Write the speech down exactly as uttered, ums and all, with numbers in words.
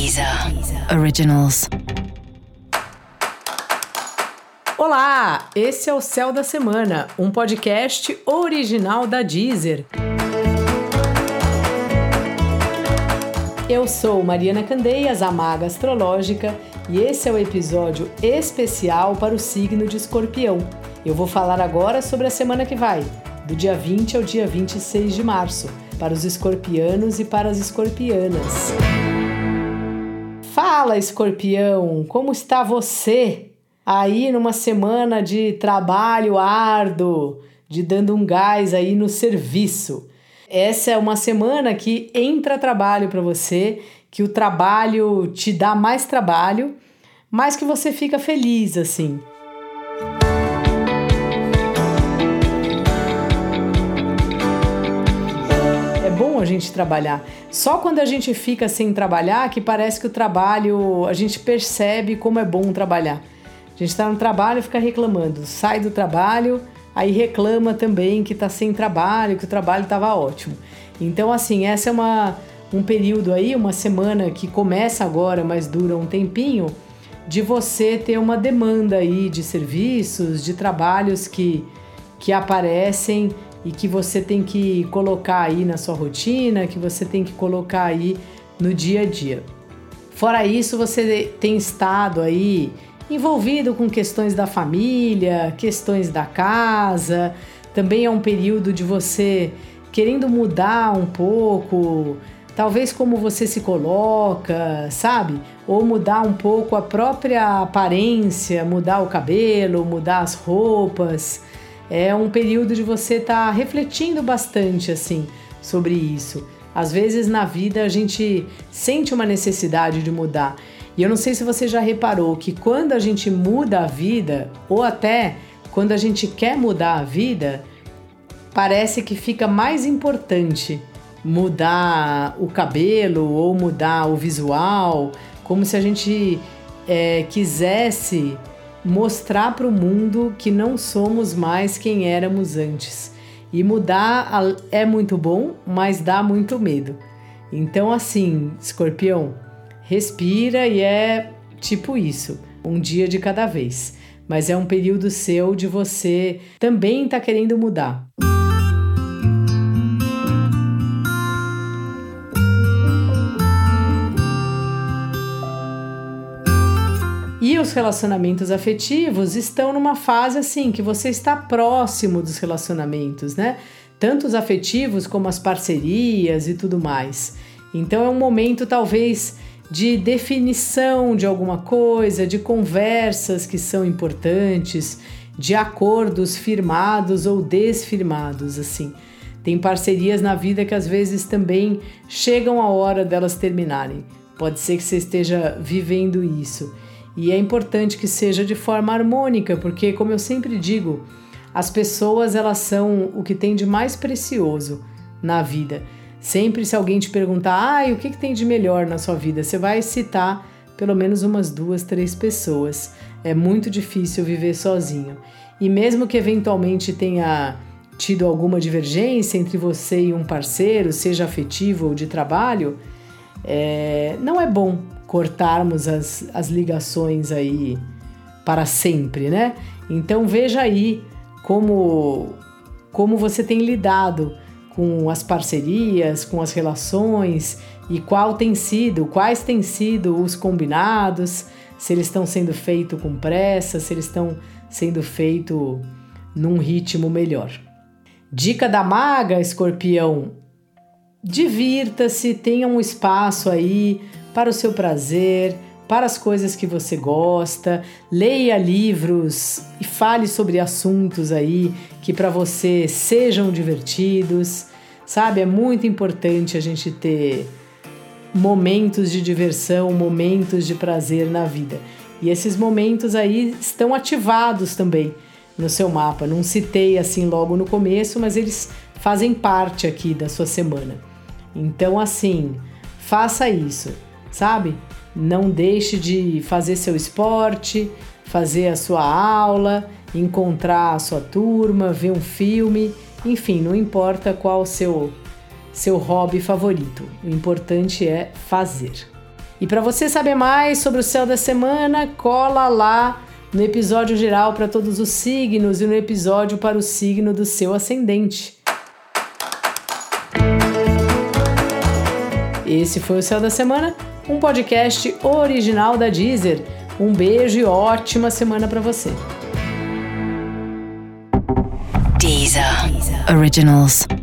Deezer Originals. Olá, esse é o Céu da Semana, um podcast original da Deezer. Eu sou Mariana Candeias, a Maga Astrológica, e esse é o episódio especial para o signo de Escorpião. Eu vou falar agora sobre a semana que vai, do dia vinte ao dia vinte e seis de março, para os escorpianos e para as escorpianas. Fala, Escorpião, como está você? Aí numa semana de trabalho árduo, de dando um gás aí no serviço. Essa é uma semana que entra trabalho para você, que o trabalho te dá mais trabalho, mas que você fica feliz assim. É bom a gente trabalhar. Só quando a gente fica sem trabalhar que parece que o trabalho, a gente percebe como é bom trabalhar. A gente está no trabalho e fica reclamando. Sai do trabalho, aí reclama também que está sem trabalho, que o trabalho estava ótimo. Então, assim, essa é uma, um período aí, uma semana que começa agora, mas dura um tempinho, de você ter uma demanda aí de serviços, de trabalhos que, que aparecem e que você tem que colocar aí na sua rotina, que você tem que colocar aí no dia a dia. Fora isso, você tem estado aí envolvido com questões da família, questões da casa. Também é um período de você querendo mudar um pouco, talvez como você se coloca, sabe? Ou mudar um pouco a própria aparência, mudar o cabelo, mudar as roupas. É um período de você estar refletindo bastante assim sobre isso. Às vezes na vida a gente sente uma necessidade de mudar. E eu não sei se você já reparou que quando a gente muda a vida, ou até quando a gente quer mudar a vida, parece que fica mais importante mudar o cabelo ou mudar o visual, como se a gente é, quisesse mostrar para o mundo que não somos mais quem éramos antes. E mudar é muito bom, mas dá muito medo. Então, assim, Escorpião, respira e é tipo isso, um dia de cada vez. Mas é um período seu de você também estar querendo mudar. E os relacionamentos afetivos estão numa fase assim, que você está próximo dos relacionamentos, né? Tanto os afetivos como as parcerias e tudo mais. Então é um momento talvez de definição de alguma coisa, de conversas que são importantes, de acordos firmados ou desfirmados, assim. Tem parcerias na vida que às vezes também chegam a hora delas terminarem. Pode ser que você esteja vivendo isso. E é importante que seja de forma harmônica, porque, como eu sempre digo, as pessoas elas são o que tem de mais precioso na vida. Sempre se alguém te perguntar, ah, o que, que tem de melhor na sua vida? Você vai citar pelo menos umas duas, três pessoas. É muito difícil viver sozinho. E mesmo que eventualmente tenha tido alguma divergência entre você e um parceiro, seja afetivo ou de trabalho, é, não é bom cortarmos as, as ligações aí para sempre, né? Então veja aí como, como você tem lidado com as parcerias, com as relações e qual tem sido, quais têm sido os combinados, se eles estão sendo feitos com pressa, se eles estão sendo feitos num ritmo melhor. Dica da Maga, Escorpião: divirta-se, tenha um espaço aí para o seu prazer, para as coisas que você gosta, leia livros e fale sobre assuntos aí que para você sejam divertidos, sabe? É muito importante a gente ter momentos de diversão, momentos de prazer na vida. E esses momentos aí estão ativados também no seu mapa. Não citei assim logo no começo, mas eles fazem parte aqui da sua semana. Então, assim, faça isso, sabe? Não deixe de fazer seu esporte, fazer a sua aula, encontrar a sua turma, ver um filme, enfim, não importa qual o seu, seu hobby favorito. O importante é fazer. E para você saber mais sobre o céu da semana, cola lá no episódio geral para todos os signos e no episódio para o signo do seu ascendente. Esse foi o Céu da Semana, um podcast original da Deezer. Um beijo e ótima semana para você. Deezer. Originals.